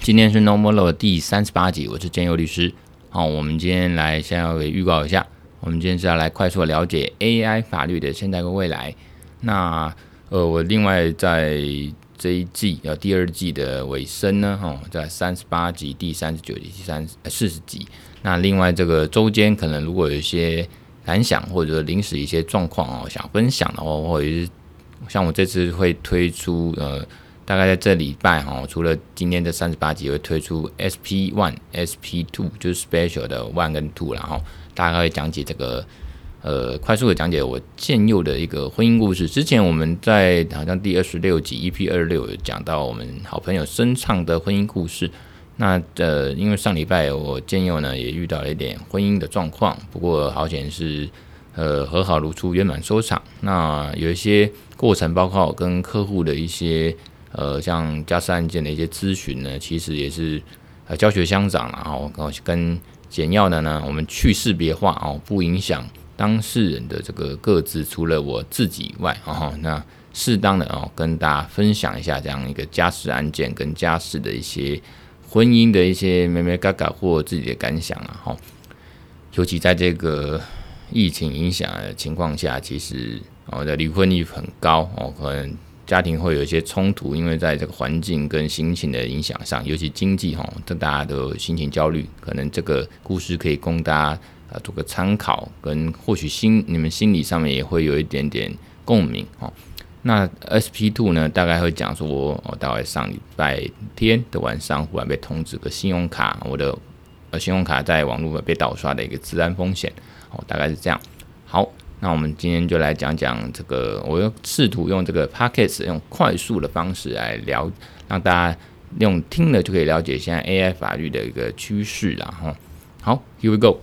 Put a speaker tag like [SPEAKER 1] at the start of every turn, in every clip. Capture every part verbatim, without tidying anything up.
[SPEAKER 1] 今天是 Normal Law 第三十八集，我是建佑律师。好，我们今天来先要给预告一下，我们今天是要来快速的了解 A I 法律的现在跟未来。那呃，我另外在这一季呃第二季的尾声呢，哦，在三十八集、第三十九集、第三四十集。那另外这个周间可能如果有一些感想或者临时一些状况哦，想分享的话，或者是像我这次会推出呃。大概在这礼拜哈，除了今天的三十八集会推出 S P 一、S P 二，就是 Special 的一跟二，然后大概会讲解这个呃快速的讲解我建佑的一个婚姻故事。之前我们在好像第二十六集 E P 二十六有讲到我们好朋友申畅的婚姻故事。那呃，因为上礼拜我建佑呢也遇到了一点婚姻的状况，不过好险是呃和好如初，圆满收场。那有一些过程，包括我跟客户的一些。呃，像家事案件的一些咨询呢，其实也是呃教学相长，然后跟简要的呢，我们去识别化哦，不影响当事人的这个个资，除了我自己以外，哦，那适当的哦跟大家分享一下这样一个家事案件跟家事的一些婚姻的一些眉眉角角或自己的感想啊，哈，尤其在这个疫情影响的情况下，其实哦的离婚率很高哦，可能。家庭会有一些冲突，因为在这个环境跟心情的影响上，尤其经济哈，这大家都有心情焦虑，可能这个故事可以供大家呃做个参考，跟或许心你们心理上面也会有一点点共鸣哦。那 S P 二 呢，大概会讲说，我大概上礼拜天的晚上，忽然被通知个信用卡，我的呃信用卡在网络被盗刷的一个治安风险哦，大概是这样。好。那我们今天就来讲讲这个，我要试图用这个 podcast 用快速的方式来聊，让大家用听了就可以了解现在 A I 法律的一个趋势啦。哈，好 ，Here we go。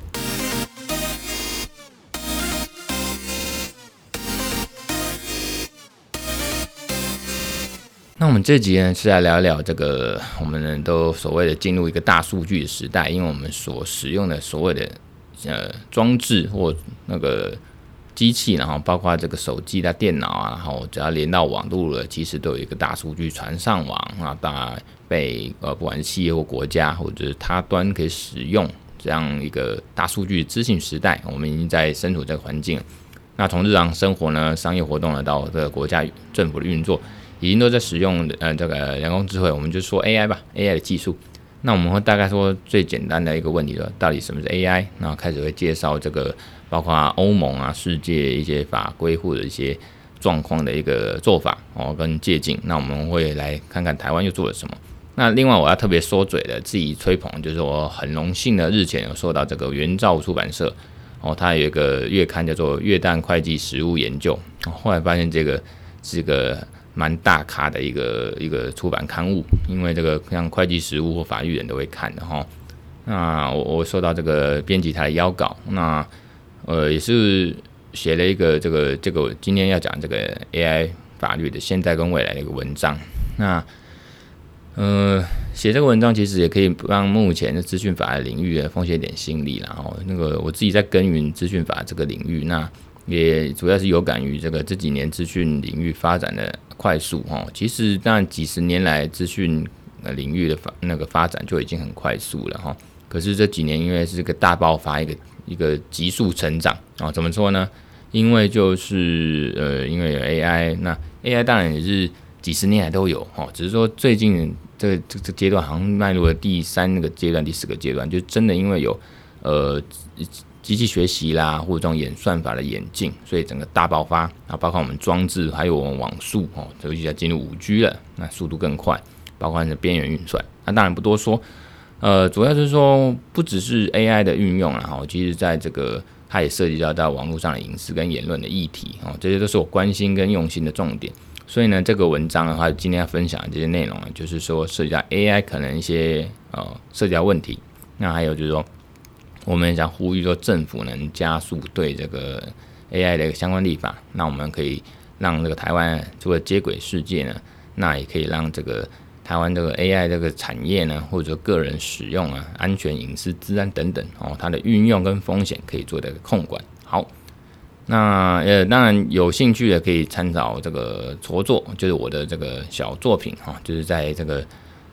[SPEAKER 1] 那我们这集呢是来聊聊这个，我们都所谓的进入一个大数据的时代，因为我们所使用的所谓的呃装置或那个。机器，然后包括这个手机啊、电脑啊，然后只要连到网络了，其实都有一个大数据传上网啊，当然被呃不管是企业或国家或者是他端可以使用这样一个大数据资讯时代，我们已经在身处这个环境了。那从日常生活呢、商业活动呢，到这个国家政府的运作，已经都在使用呃这个人工智慧，我们就说 A I 吧 ，A I 的技术。那我们会大概说最简单的一个问题了，到底什么是 A I？ 然后开始会介绍这个包括欧盟啊、世界一些法规或者一些状况的一个做法哦跟借鉴。那我们会来看看台湾又做了什么。那另外我要特别说嘴的，自己吹捧，就是我很荣幸的日前有收到这个原兆出版社哦，它有一个月刊叫做《月旦会计实务研究》，哦，后来发现这个是个。蛮大咖的一个一个出版刊物，因为这个像会计实务或法律人都会看的哈。那我我收到这个编辑台的邀稿，那呃也是写了一个这个这个今天要讲这个 A I 法律的现在跟未来的一个文章。那呃写这个文章其实也可以让目前的资讯法的领域风险一点心力啦。然后那个我自己在耕耘资讯法这个领域，那也主要是有感于这个这几年资讯领域发展的。快速哈，其实当然几十年来资讯领域的发那个发展就已经很快速了哈。可是这几年因为是个大爆发，一个一个急速成长啊，怎么说呢？因为就是呃，因为有 A I， 那 A I 当然也是几十年来都有哈，只是说最近这个这个阶段好像迈入了第三个阶段、第四个阶段，就真的因为有呃。机器学习啦，或者这种演算法的演进，所以整个大爆发啊，包括我们装置，还有我们网速哦，尤其要进入五 G 了，那速度更快，包括你的边缘运算。那当然不多说，呃，主要就是说不只是 A I 的运用啦，哈，其实在这个它也涉及到到网络上的隐私跟言论的议题哦，这些都是我关心跟用心的重点。所以呢，这个文章的话，今天要分享的这些内容呢，就是说涉及到 A I 可能一些呃涉及到问题，那还有就是说。我们想呼吁说，政府能加速对这个 A I 的相关立法，那我们可以让这个台湾除了接轨世界呢，那也可以让这个台湾这个 A I 这个产业呢，或者个人使用啊、安全、隐私、治安等等哦，它的运用跟风险可以做的控管。好，那呃，当然有兴趣的可以参照这个着作，就是我的这个小作品哈，就是在这个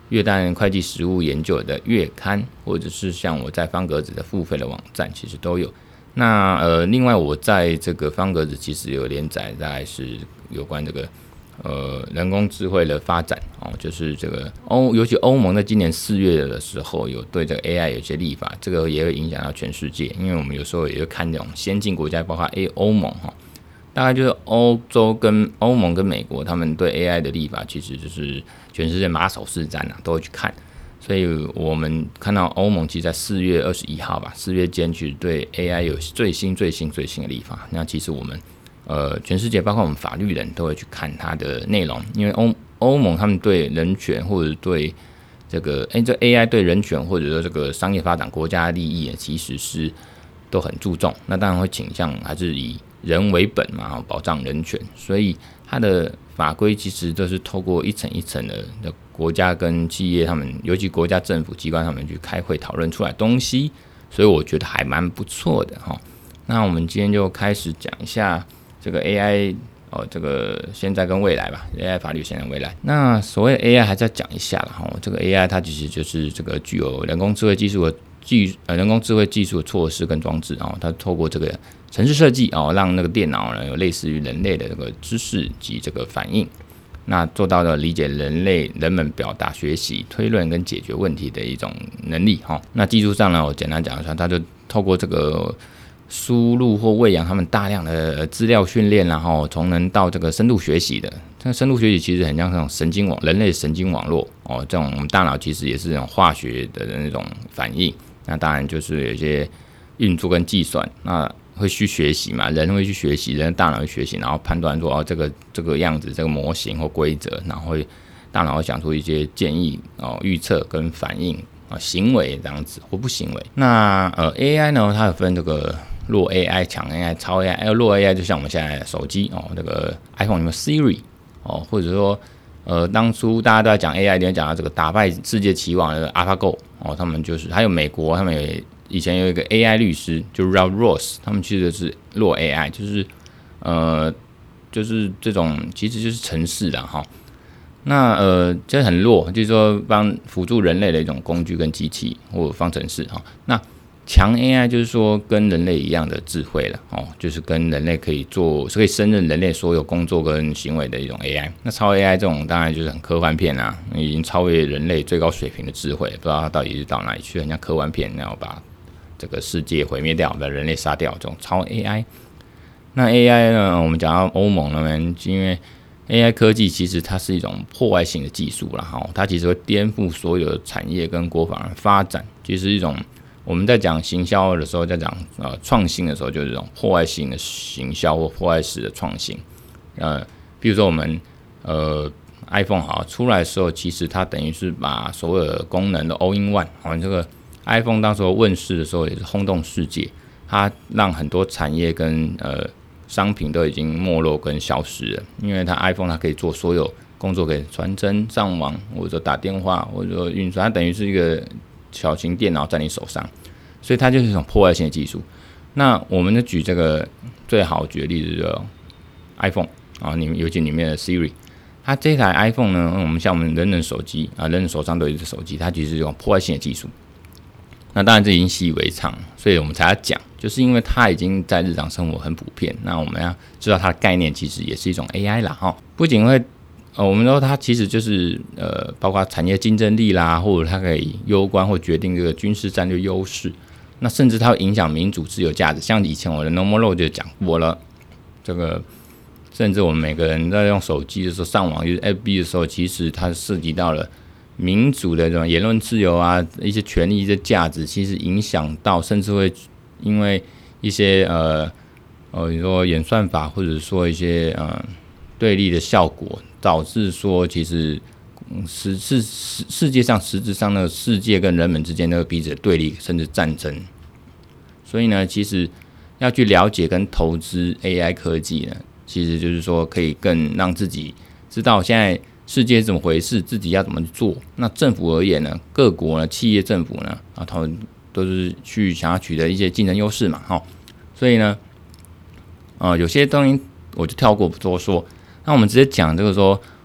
[SPEAKER 1] 约旦会计实务研究的月刊，或者是像我在方格子的付费的网站，其实都有。那呃，另外我在这个方格子其实有连载，大概是有关这个呃人工智慧的发展哦，就是这个欧，尤其欧盟在今年四月的时候有对这个 A I 有些立法，这个也会影响到全世界，因为我们有时候也会看这种先进国家，包括 A 欧盟哈。大概就是欧洲跟欧盟跟美国，他们对 A I 的立法其实就是全世界马首是瞻啊，都会去看。所以我们看到欧盟其实在四月二十一号吧，四月间其实对 A I 有最新最新最新的立法。那其实我们呃全世界包括我们法律人都会去看它的内容，因为欧欧盟他们对人权或者对这个哎、欸、这 A I 对人权或者说这个商业发展国家利益其实是都很注重。那当然会倾向还是以人为本嘛，保障人权，所以它的法规其实都是透过一层一层的的国家跟企业，他们尤其国家政府机关他们去开会讨论出来的东西，所以我觉得还蛮不错的哈。那我们今天就开始讲一下这个 A I 哦，这个现在跟未来吧 ，A I 法律现在未来。那所谓的 A I 还是要讲一下了哈，这个 A I 它其实就是这个具有人工智慧技术的技呃人工智慧技术的措施跟装置哦，它透过这个程式设计哦，让那个电脑呢有类似于人类的这个知识及这个反应，那做到了理解人类人们表达、学习、推论跟解决问题的一种能力哈。那技术上呢，我简单讲一下，它就透过这个输入或喂养他们大量的资料训练，然后从能到这个深度学习的。这个深度学习其实很像那种神经网，人类神经网络哦，这种我们大脑其实也是那种化学的那种反应。那当然就是有一些运作跟计算，那会去学习嘛，人会去学习，人的大脑会学习，然后判断说哦，这个这个样子，这个模型或规则，然后会大脑会想出一些建议哦，预测跟反应啊、哦，行为这样子或不行为。那呃 A I 呢，它有分这个弱 A I、强 A I、超 A I。弱 A I 就像我们现在的手机哦，这个 iPhone 里面 Siri 哦，或者说呃当初大家都在讲 A I， 里面讲到这个打败世界棋王的 AlphaGo 哦，他们就是还有美国他们也。以前有一个 A I 律师，就 Ralph Ross， 他们其实是弱 A I， 就是呃，就是这种其实就是程式啦哈。那呃，这很弱，就是说帮辅助人类的一种工具跟机器或方程式哈。那强 A I 就是说跟人类一样的智慧了哦，就是跟人类可以做，可以胜任人类所有工作跟行为的一种 A I。那超 A I 这种当然就是很科幻片啊，已经超越人类最高水平的智慧，不知道它到底是到哪里去，很像科幻片，然后把这个世界毁灭掉，把人类杀掉，这种超 A I。那 A I 呢？我们讲到欧盟那边，因为 A I 科技其实它是一种破坏性的技术啦，哈，它其实会颠覆所有的产业跟国防的发展，其实一种我们在讲行销的时候，在讲呃创新的时候，就是这种破坏性的行销或破坏式的创新。呃，比如说我们呃 iPhone 好出来的时候，其实它等于是把所有的功能都 all in one， 好，这个。iPhone 当时候问世的时候也是轰动世界，它让很多产业跟呃商品都已经没落跟消失了，因为它 iPhone 它可以做所有工作，可以传真、上网，或者打电话，或者说运算，它等于是一个小型电脑在你手上，所以它就是一种破坏性的技术。那我们就举这个最好举的例子，就是 iPhone 啊，你们尤其里面的 Siri。它这台 iPhone 呢，我们像我们人人手机啊，人人手上都有一只手机，它其实是一种破坏性的技术。那当然这已经习以为常，所以我们才要讲，就是因为它已经在日常生活很普遍。那我们要知道它的概念其实也是一种 A I 啦，哈，不仅会呃，我们说它其实就是呃，包括产业竞争力啦，或者它可以攸关或决定这个军事战略优势。那甚至它会影响民主自由价值，像以前我的 Normal Road 就讲过了，这个甚至我们每个人在用手机的时候上网，就是 F B 的时候，其实它涉及到了。民主的这种言论自由啊，一些权利、一些价值，其实影响到，甚至会因为一些呃呃，你说演算法，或者说一些呃对立的效果，导致说其实实世世世界上实质上的世界跟人们之间的彼此的对立，甚至战争。所以呢，其实要去了解跟投资 A I 科技呢，其实就是说可以更让自己知道现在。世界是怎么回事？自己要怎么做？那政府而言呢？各国呢？企业政府呢？啊，他们都是去想要取得一些竞争优势嘛，哈。所以呢，呃，有些东西我就跳过不多说。那我们直接讲这个说，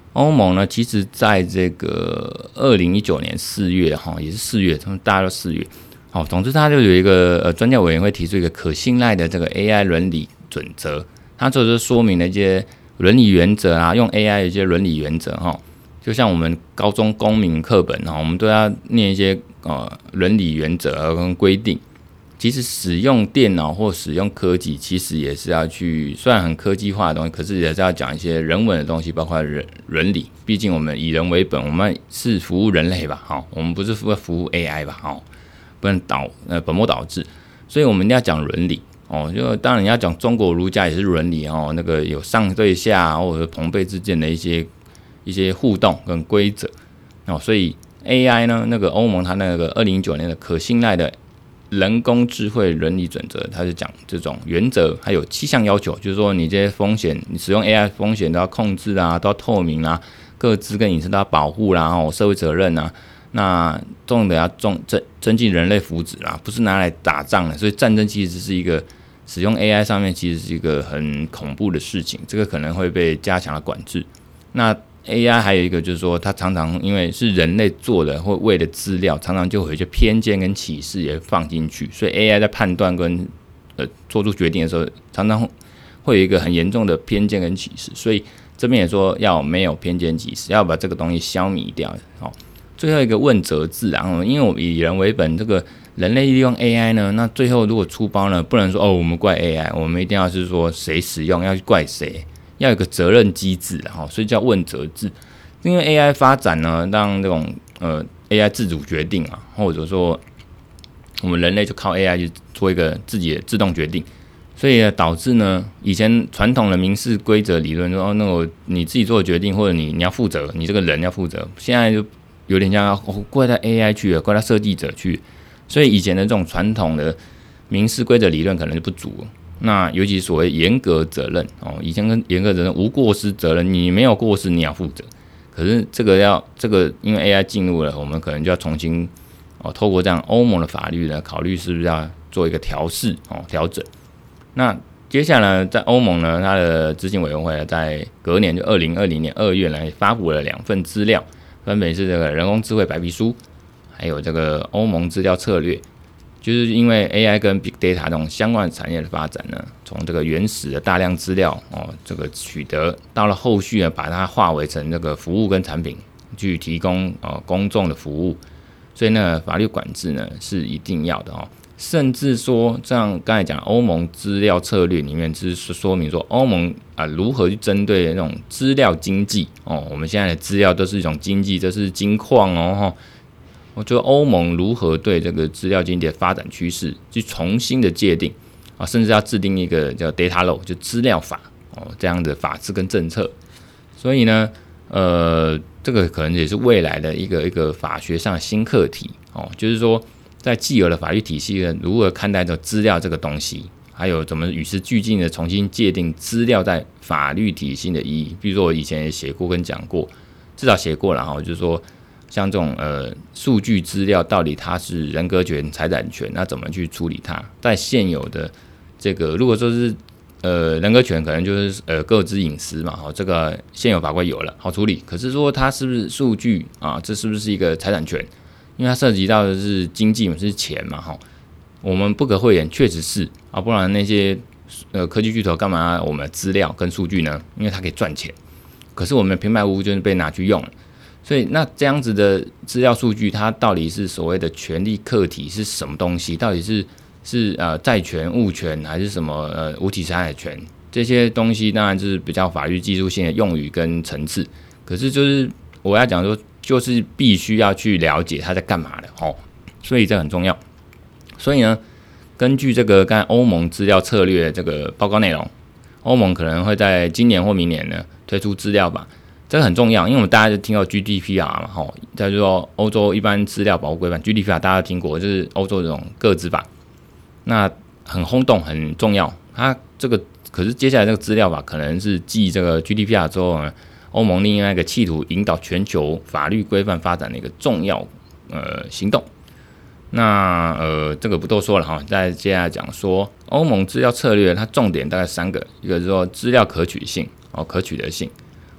[SPEAKER 1] 欧盟呢，其实在这个二零一九年四月哈，也是四月，他们大家都四月。好，总之他就有一个呃专家委员会提出一个可信赖的这个 A I 伦理准则，它就是说明了一些伦理原则啊，用 A I 的一些伦理原则哈，就像我们高中公民课本哈，我们都要念一些呃伦理原则跟规定。其实使用电脑或使用科技，其实也是要去，虽然很科技化的东西，可是也是要讲一些人文的东西，包括人伦理。毕竟我们以人为本，我们是服务人类吧，好，我们不是服务 A I 吧，好，不能导呃本末倒置。所以我们一定要讲伦理哦。就当然你要讲中国儒家也是伦理哦，那个有上对下或者朋辈之间的一些一些互动跟规则哦。所以 A I 呢，那个欧盟它那个二零一九年的可信赖的人工智慧伦理准则，它是讲这种原则，还有七项要求，就是说你这些风险，你使用 A I 风险都要控制啊，都要透明啊，个资跟隐私都要保护啦，哦，社会责任啊，那重点要重增增进人类福祉啦，不是拿来打仗的。所以战争其实是一个使用 A I 上面其实是一个很恐怖的事情，这个可能会被加强的管制。那 A I 还有一个就是说，它常常因为是人类做的或喂的资料，常常就会有一些偏见跟歧视也放进去，所以 A I 在判断跟呃做出决定的时候，常常会有一个很严重的偏见跟歧视。所以这边也说要没有偏见歧视，要把这个东西消弭掉。好，最后一个问责制啊，因为我们以人为本，这个人类利用 A I 呢，那最后如果出包呢，不能说哦我们怪 A I， 我们一定要是说谁使用要去怪谁。要有一个责任机制，所以叫问责制。因为 A I 发展呢，让这种呃 A I 自主决定啊，或者说我们人类就靠 A I 去做一个自己的自动决定，所以导致呢，以前传统的民事规则理论说，哦，那我你自己做的决定，或者你你要负责，你这个人要负责，现在就有点像要怪到 A I 去了，怪到设计者去，所以以前的这种传统的民事规则理论可能就不足了。那尤其所谓严格责任哦，以前跟严格责任无过失责任，你没有过失你要负责。可是这个要这个因为 A I 进入了，我们可能就要重新哦，透过这样欧盟的法律呢，考虑是不是要做一个调试哦调整。那接下来在欧盟呢，它的执行委员会在隔年就二零二零年二月呢发布了两份资料，分别是这个人工智慧白皮书，还有这个欧盟资料策略。就是因为 A I 跟 Big Data 这种相关产业的发展呢，从这个原始的大量资料哦，这个取得到了后续呢，把它化为成这个服务跟产品，去提供哦公众的服务，所以呢，法律管制呢是一定要的哦。甚至说，像刚才讲欧盟资料策略里面，就是说明说欧盟啊如何去针对那种资料经济哦，我们现在的资料都是一种经济，这是金矿哦。我觉得欧盟如何对这个资料经济的发展趋势去重新的界定啊，甚至要制定一个叫 data law 就资料法哦这样的法制跟政策。所以呢，呃，这个可能也是未来的一个一个法学上的新课题哦，就是说在既有的法律体系呢，如何看待这资料这个东西，还有怎么与时俱进的重新界定资料在法律体系的意义。比如说我以前也写过跟讲过，至少写过了哈，就是说。像这种呃数据资料到底它是人格权、财产权，那怎么去处理它？在现有的这个，如果说是呃人格权，可能就是呃个资隐私嘛，好，这个现有法规有了，好处理。可是说它是不是数据啊？这是不是一个财产权？因为它涉及到的是经济嘛，是钱嘛，哈。我们不可讳言，确实是啊，不然那些呃科技巨头干嘛我们的资料跟数据呢？因为它可以赚钱。可是我们平白无故就是被拿去用了。所以，那这样子的资料数据，它到底是所谓的权利客体是什么东西？到底是是呃债权、物权，还是什么呃无体财产权？这些东西当然就是比较法律技术性的用语跟层次。可是，就是我要讲说，就是必须要去了解它在干嘛的哦。所以这很重要。所以呢，根据这个刚才欧盟资料策略这个报告内容，欧盟可能会在今年或明年呢推出资料法。这个很重要，因为我们大家就听到 G D P R 嘛，吼，再就是说欧洲一般资料保护规范 G D P R 大家都听过，就是欧洲这种个资法，那很轰动，很重要。它这个可是接下来这个资料法可能是继这个 G D P R 之后呢，欧盟另外一个企图引导全球法律规范发展的一个重要呃行动。那呃这个不多说了哈，再接下来讲说欧盟资料策略，它重点大概三个，一个是说资料可取性哦，可取得性。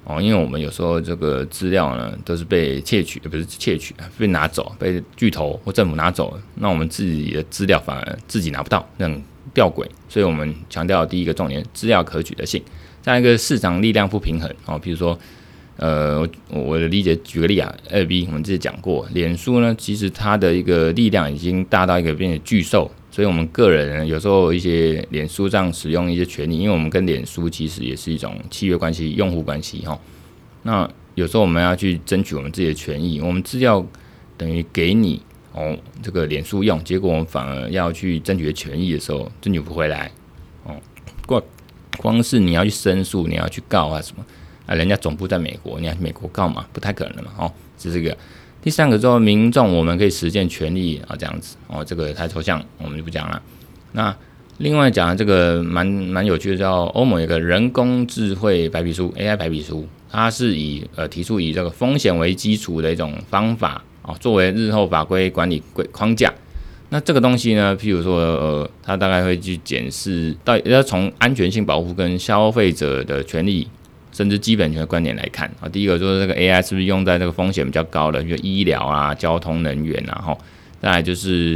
[SPEAKER 1] 哦，因为我们有时候这个资料呢都是被窃取，不是窃取，被拿走，被巨头或政府拿走了，那我们自己的资料反而自己拿不到，那种吊诡。所以我们强调第一个重点，资料可取得性。再一个市场力量不平衡哦，比如说。呃，我我的理解，举个例啊，二 B 我们之前讲过，脸书呢，其实它的一个力量已经大到一个变成巨兽，所以我们个人呢有时候一些脸书上使用一些权利，因为我们跟脸书其实也是一种契约关系、用户关系哈。那有时候我们要去争取我们自己的权益，我们资料等于给你哦这个脸书用，结果我们反而要去争取权益的时候，争取不回来哦。光光是你要去申诉，你要去告啊什么。啊，人家总部在美国，你要去美国告嘛，不太可能的嘛，哦，这是一个。第三个之后，民众我们可以实现权利啊，这样子哦，这个太抽象，我们就不讲了。那另外讲这个蛮蛮有趣的，叫欧盟有个人工智慧白皮书 A I 白皮书，它是以呃提出以这个风险为基础的一种方法哦，作为日后法规管理框架。那这个东西呢，譬如说呃，它大概会去检视到底要从安全性保护跟消费者的权利。甚至基本权的观点来看啊，第一个就是这个 A I 是不是用在这个风险比较高的，比如医疗啊、交通、能源啊，吼，再来就是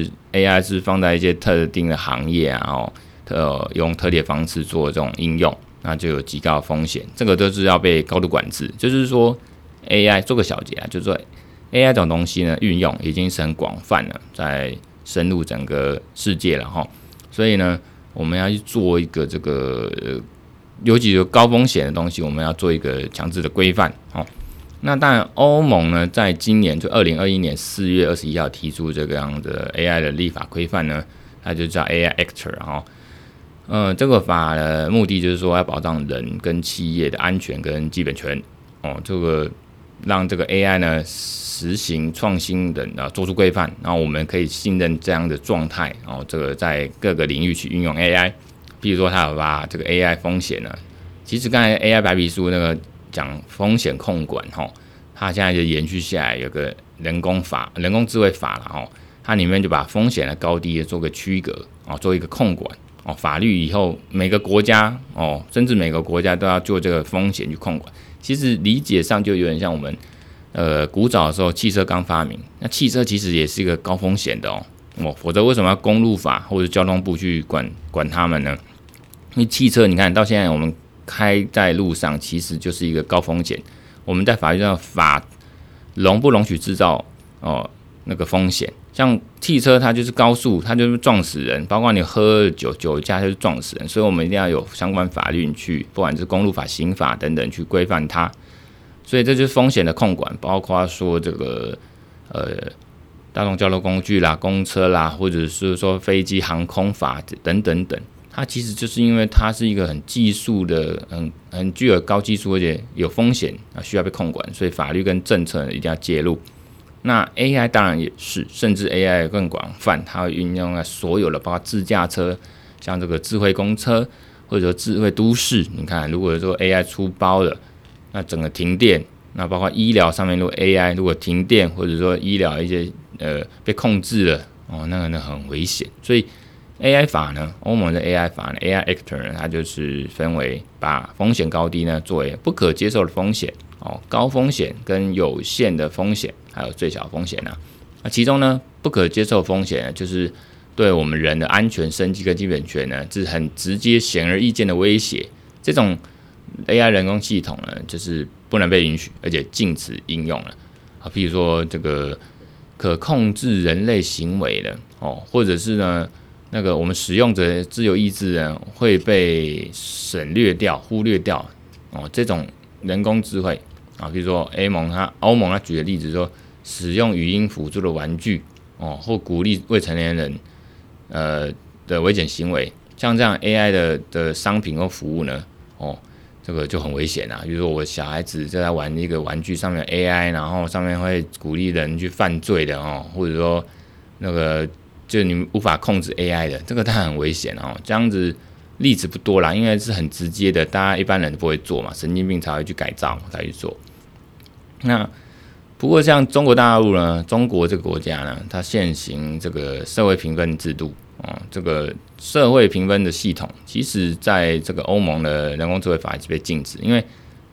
[SPEAKER 1] A I 是放在一些特定的行业啊，吼，特用特定方式做这种应用，那就有极高的风险，这个都是要被高度管制。就是说 A I 做个小结啊，就是说 A I 这种东西呢，运用已经是很广泛了，在深入整个世界了哈，所以呢，我们要去做一个这个。呃尤其有高风险的东西，我们要做一个强制的规范。哦，那当然，欧盟呢，在今年就二零二一年四月二十一号提出这个样的 A I 的立法规范呢，它就叫 A I Act 哈。呃，这个法的目的就是说要保障人跟企业的安全跟基本权。哦，这个让这个 A I 呢实行创新的啊，做出规范，然后我们可以信任这样的状态。哦，这个在各个领域去运用 A I。比如说，他有把这个 A I 风险呢，其实刚才 A I 白皮书那个讲风险控管哈，它现在就延续下来有个人工法、人工智慧法了哈，它里面就把风险的高低做个区隔哦，做一个控管哦，法律以后每个国家哦，甚至每个国家都要做这个风险去控管。其实理解上就有点像我们呃古早的时候汽车刚发明，那汽车其实也是一个高风险的哦，哦，否则为什么要公路法或者交通部去管管他们呢？因为汽车，你看到现在我们开在路上，其实就是一个高风险。我们在法律上法容不容许制造哦那个风险？像汽车，它就是高速，它就是撞死人，包括你喝酒酒驾就是撞死人，所以我们一定要有相关法律去，不管是公路法、刑法等等去规范它。所以这就是风险的控管，包括说这个呃大众交通工具啦、公车啦，或者是说飞机、航空法等等等。它其实就是因为它是一个很技术的、很很具有高技术，而且有风险啊，需要被控管，所以法律跟政策一定要介入。那 A I 当然也是，甚至 A I 更广泛，它会运用在所有的，包括自驾车，像这个智慧公车，或者说智慧都市。你看，如果说 A I 出包了，那整个停电，那包括医疗上面，如果 A I 如果停电，或者说医疗一些呃被控制了，哦，那个那很危险，所以。A I 法呢，欧盟的 A I 法呢 ，A I Act 呢，它就是分为把风险高低呢作为不可接受的风险哦，高风险跟有限的风险，还有最小风险啊。那其中呢，不可接受风险呢，就是对我们人的安全、生计跟基本权呢，是很直接、显而易见的威胁。这种 A I 人工系统呢，就是不能被允许，而且禁止应用了啊。譬如说这个可控制人类行为的哦，或者是呢。那个我们使用者自由意志呢会被省略掉、忽略掉哦，这种人工智慧啊，比如说 A 盟它欧盟它举的例子说，使用语音辅助的玩具哦，或鼓励未成年人呃的危险行为，像这样 A I 的的商品或服务呢，哦，这个就很危险啊。比如说我小孩子在玩一个玩具上面 A I， 然后上面会鼓励人去犯罪的哦，或者说那个。就你们无法控制 A I 的，这个它很危险哦。这样子例子不多啦，因为是很直接的，大家一般人都不会做嘛，神经病才会去改造才去做。那不过像中国大陆呢，中国这个国家呢，它现行这个社会评分制度哦，这个社会评分的系统，其实在这个欧盟的人工智慧法一直被禁止，因为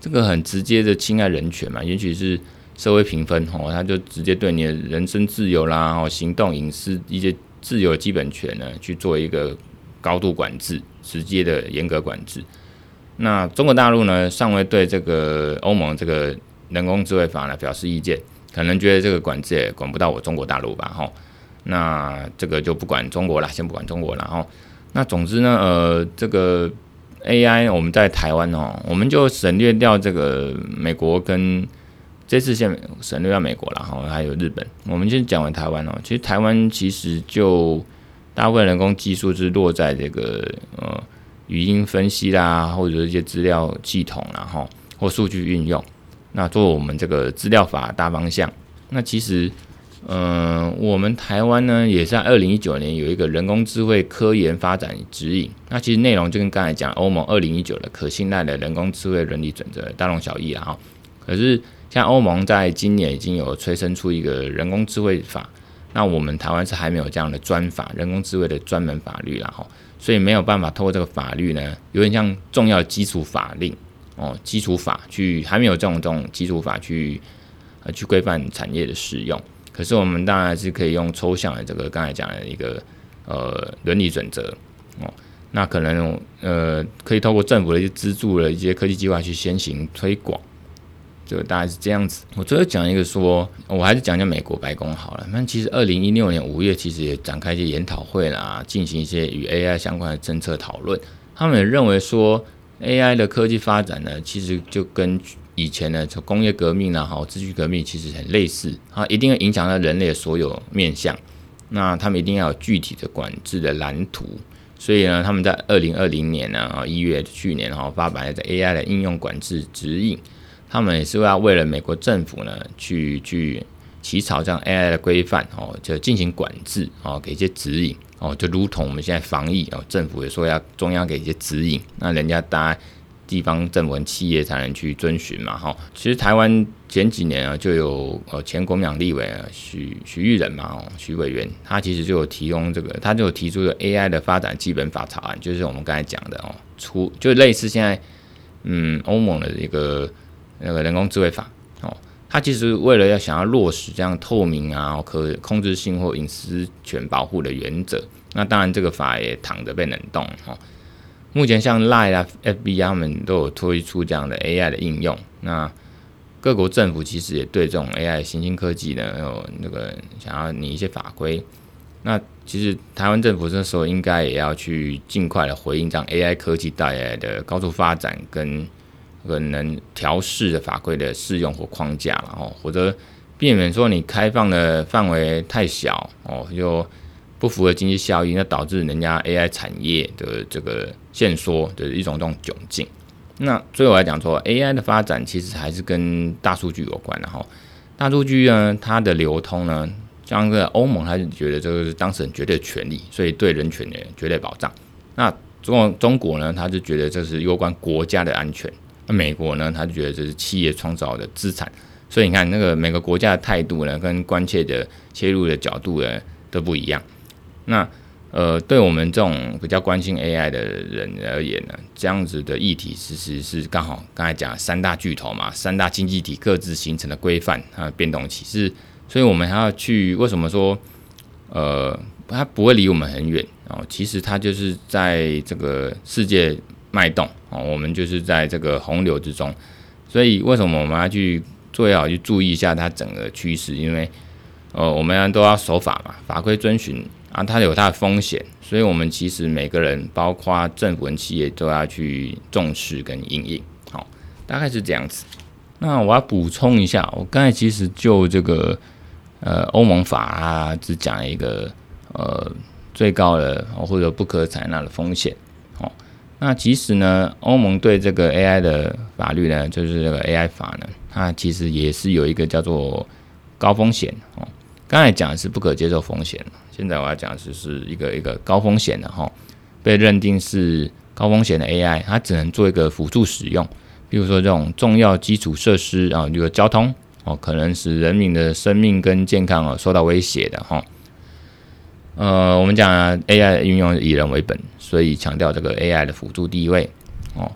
[SPEAKER 1] 这个很直接的侵害人权嘛，也许是社会评分哦，他就直接对你的人身自由啦、哦行动隐私一些自由基本权呢去做一个高度管制，直接的严格管制。那中国大陆呢，尚未对这个欧盟这个人工智慧法呢表示意见，可能觉得这个管制也管不到我中国大陆吧，吼。那这个就不管中国啦，先不管中国啦，吼。那总之呢，呃，这个 A I 我们在台湾哦，我们就省略掉这个美国跟这次先省略掉美国啦，吼，还有日本，我们先讲完台湾哦。其实台湾其实就大部分人工技术是落在这个呃语音分析啦，或者一些资料系统啦，吼，或数据运用，那做我们这个资料法大方向。那其实。嗯、呃，我们台湾呢，也在二零一九年有一个人工智慧科研发展指引。那其实内容就跟刚才讲欧盟二零一九的可信赖的人工智慧伦理准则大同小异啦哈。可是像欧盟在今年已经有催生出一个人工智慧法，那我们台湾是还没有这样的专法，人工智慧的专门法律啦哈，所以没有办法透过这个法律呢，有点像重要的基础法令哦，基础法去还没有这种这种基础法去呃去规范产业的使用。可是我们当然是可以用抽象的这个刚才讲的一个呃伦理准则哦，那可能呃可以透过政府的一些资助的一些科技计划去先行推广，这个大概是这样子。我最后讲一个说，我还是讲讲美国白宫好了。那其实二零一六年五月其实也展开一些研讨会啦，进行一些与 A I 相关的政策讨论。他们也认为说 A I 的科技发展呢，其实就跟以前呢，工业革命啊，好，秩序革命其实很类似，它一定会影响到人类的所有面向。那他们一定要有具体的管制的蓝图，所以呢，他们在二零二零年呢，啊一月去年哈发表了 A I 的应用管制指引，他们也是要为了美国政府呢去去起草这样 A I 的规范哦，就进行管制哦，给一些指引哦，就如同我们现在防疫哦，政府也说要中央给一些指引，那人家大家。地方政府跟企业才能去遵循嘛，哈。其实台湾前几年啊，就有呃前国民党立委啊许许玉仁嘛，哦，许委员，他其实就有提供这个，他就有提出了 A I 的发展基本法草案，就是我们刚才讲的哦，出就类似现在嗯欧盟的一个那个人工智慧法哦，他其实为了要想要落实这样透明啊、可控制性或隐私权保护的原则，那当然这个法也躺着被冷冻哦。目前像 Line 啊、F B 他们都有推出这样的 A I 的应用，那各国政府其实也对这种 A I 的新兴科技呢有那个想要拟一些法规。那其实台湾政府这时候应该也要去尽快的回应这样 A I 科技带来的高速发展跟可能调适的法规的适用或框架，然后或者避免说你开放的范围太小哦，就不符合经济效益，那导致人家 A I 产业的这个限缩的一种这种窘境。那最后来讲说 ，A I 的发展其实还是跟大数据有关的哈。大数据呢，它的流通呢，像这个欧盟，它是觉得这个是当事人绝对权利，所以对人权的绝对保障。那中中国呢，它就觉得这是攸关国家的安全。那美国呢，它就觉得这是企业创造的资产。所以你看，那个每个国家的态度呢，跟关切的切入的角度呢，都不一样。那呃，对我们这种比较关心 A I 的人而言呢，这样子的议题其实是刚好刚才讲三大巨头嘛，三大经济体各自形成的规范啊变动期是，所以我们还要去为什么说呃它不会离我们很远哦？其实它就是在这个世界脉动哦，我们就是在这个洪流之中，所以为什么我们要去最好去注意一下它整个趋势？因为呃我们都要守法嘛，法规遵循。啊，它有它的风险，所以我们其实每个人，包括政府跟企业，都要去重视跟因应。好，大概是这样子。那我要补充一下，我刚才其实就这个呃欧盟法啊，只讲一个呃最高的或者不可采纳的风险。好，那其实呢，欧盟对这个 A I 的法律呢，就是这个 A I 法呢，它其实也是有一个叫做高风险哦。刚才讲的是不可接受风险，现在我要讲的是一个一个高风险的哈，被认定是高风险的 A I， 它只能做一个辅助使用，比如说这种重要基础设施啊，比如交通哦，可能使人民的生命跟健康哦受到威胁的哈。呃，我们讲 A I 的运用以人为本，所以强调这个 A I 的辅助地位哦。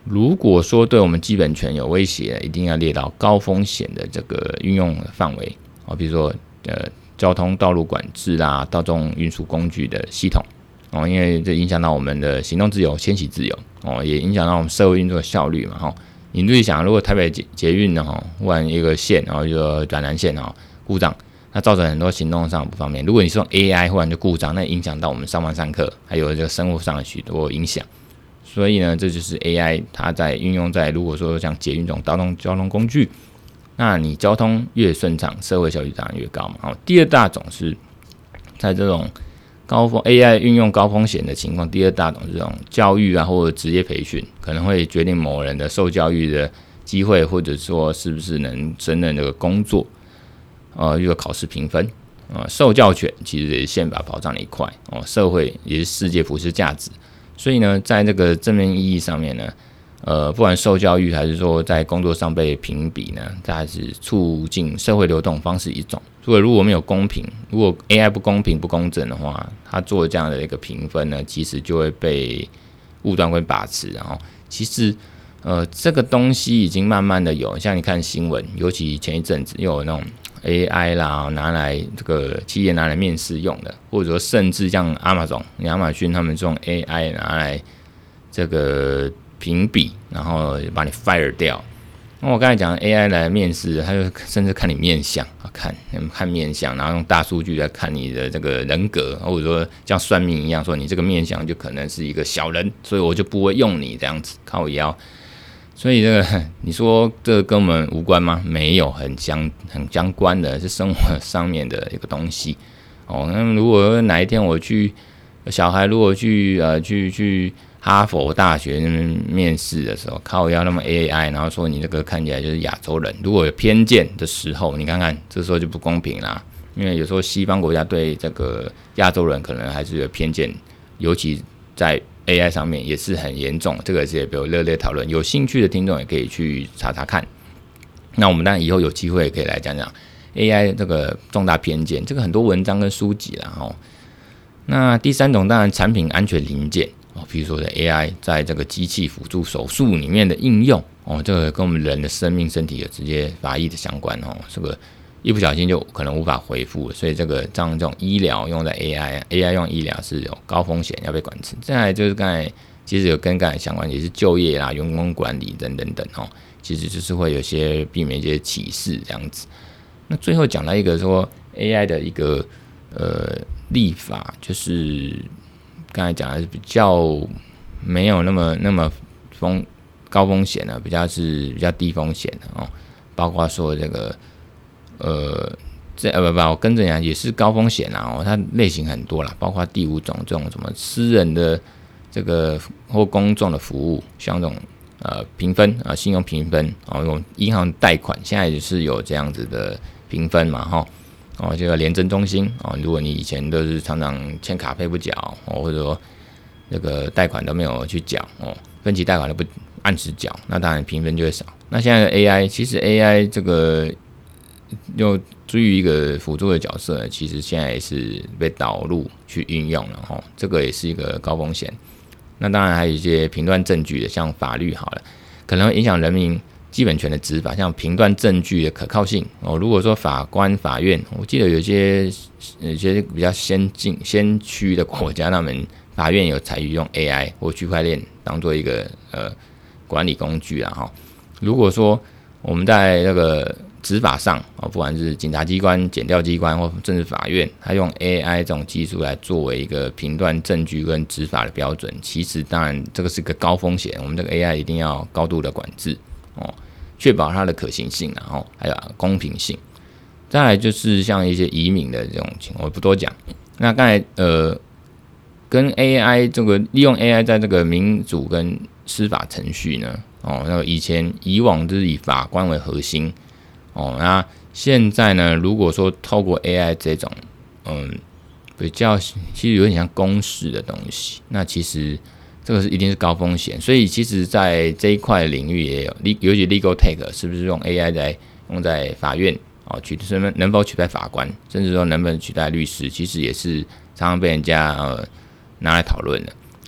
[SPEAKER 1] 如果说对我们基本权有威胁，一定要列到高风险的这个运用范围哦，比如说呃交通道路管制啦、大众运输工具的系统哦，因为这影响到我们的行动自由、迁徙自由哦，也影响到我们社会运作的效率嘛哈。你自己想，如果台北捷捷运呢哈，忽然一个线，然后就说转南线哈故障，那造成很多行动上不方便。如果你是用 A I 忽然就故障，那影响到我们上班上课，还有这个生活上的许多影响。所以呢，这就是 A I 它在运用在如果说像捷运这种大众交通工具，那你交通越顺畅，社会效率当然越高嘛。好，第二大种是在这种高风 A I 运用高风险的情况，第二大种是这种教育啊或者职业培训，可能会决定某人的受教育的机会，或者说是不是能胜任这个工作，呃，一个考试评分。呃，受教权其实也是宪法保障的一块哦，社会也是世界普世价值。所以呢，在这个正面意义上面呢，呃，不管受教育还是说在工作上被评比呢，它是促进社会流动方式一种。所以如果没有公平，如果 A I 不公平不公正的话，它做这样的一个评分呢，其实就会被误断跟把持。然后，其实呃，这个东西已经慢慢的有，像你看新闻，尤其前一阵子又有那种 A I 啦，拿来这个企业拿来面试用的，或者说甚至像 Amazon、亚马逊他们这种 A I 拿来这个评比，然后把你 fire 掉。那我刚才讲 A I 来面试，他就甚至看你面相，看看面相，然后用大数据来看你的这个人格，或者说像算命一样，说你这个面相就可能是一个小人，所以我就不会用你这样子，靠腰。所以这个你说这个跟我们无关吗？没有，很相很相关的，是生活上面的一个东西哦。那如果哪一天我去小孩如果去呃去去哈佛大学那边面试的时候，靠腰那么 A I， 然后说你这个看起来就是亚洲人，如果有偏见的时候，你看看这时候就不公平啦。因为有时候西方国家对这个亚洲人可能还是有偏见，尤其在A I 上面也是很严重，这个也比较热烈讨论。有兴趣的听众也可以去查查看。那我们当然以后有机会也可以来讲讲 A I 这个重大偏见，这个很多文章跟书籍啦齁。那第三种当然产品安全零件哦，比如说的 A I 在这个机器辅助手术里面的应用哦，这个跟我们人的生命身体有直接法益的相关哦，这个一不小心就可能无法恢复，所以这个像这种医疗用在 A I，A I 用医疗是有高风险要被管制。再来就是刚才其实有跟刚才相关，也是就业啦、员工管理等等等哦，其实就是会有些避免一些歧视这样子。那最后讲到一个说 A I 的一个呃立法，就是刚才讲的是比较没有那么那么风高风险的，比较是比较低风险的哦，包括说这个。呃，这呃不不，我跟着讲也是高风险啦哦，它类型很多啦，包括第五种这种什么私人的这个或公众的服务，像这种呃评分啊、呃，信用评分哦，用银行贷款现在也是有这样子的评分嘛哈哦，这个联征中心哦，如果你以前都是常常欠卡费不缴哦，或者说这个贷款都没有去缴哦，分期贷款都不按时缴，那当然评分就会少。那现在的 A I 其实 A I 这个。又至于一个辅助的角色，其实现在也是被导入去运用了齁，这个也是一个高风险。那当然还有一些评断证据的，像法律好了，可能会影响人民基本权的执法，像评断证据的可靠性哦。如果说法官、法院，我记得有些有些比较先进、先驱的国家，他们法院有采用 A I 或区块链当做一个呃管理工具啦齁。如果说我们在那个执法上不管是警察机关、检调机关或政治法院，他用 A I 这种技术来作为一个评断证据跟执法的标准，其实当然这个是个高风险，我们这个 A I 一定要高度的管制哦，确保它的可行性，然后还有公平性。再来就是像一些移民的这种情况，我不多讲。那刚才呃，跟 A I 这个利用 A I 在这个民主跟司法程序呢，哦，那以前以往就是以法官为核心。哦，那现在呢？如果说透过 A I 这种，嗯，比较其实有点像公式的东西，那其实这个是一定是高风险。所以其实，在这一块领域也有，尤其 legal tech 是不是用 A I 来用在法院哦，取能否取代法官，甚至说能不能取代律师，其实也是常常被人家呃拿来讨论的。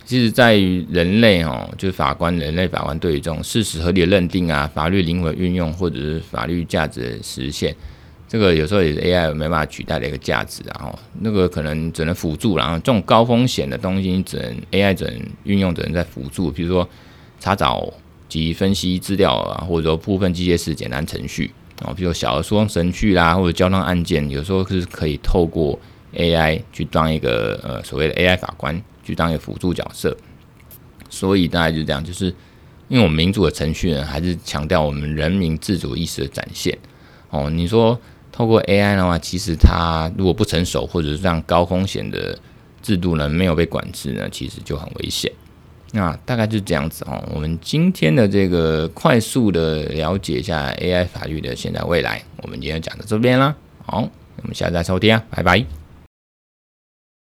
[SPEAKER 1] 其实在于人类哦，就是法官，人类法官对于这种事实合理的认定啊，法律灵活运用或者是法律价值的实现，这个有时候也是 A I 没办法取代的一个价值啊。然后那个可能只能辅助，然后这种高风险的东西，只能 A I 只能运用，只能在辅助，比如说查找及分析资料啊，或者说部分机械式简单程序啊，比如小的诉讼程序啦，或者交通案件，有时候是可以透过 A I 去当一个呃所谓的 A I 法官。去当一个辅助角色，所以大概就是这样，就是因为我们民主的程序呢，还是强调我们人民自主意识的展现。哦，你说透过 A I 的话，其实它如果不成熟，或者是让高风险的制度呢没有被管制呢，其实就很危险。那大概就是这样子哦。我们今天的这个快速的了解一下 A I 法律的现在未来，我们今天讲到这边啦。好，我们下次再收听啊，拜拜。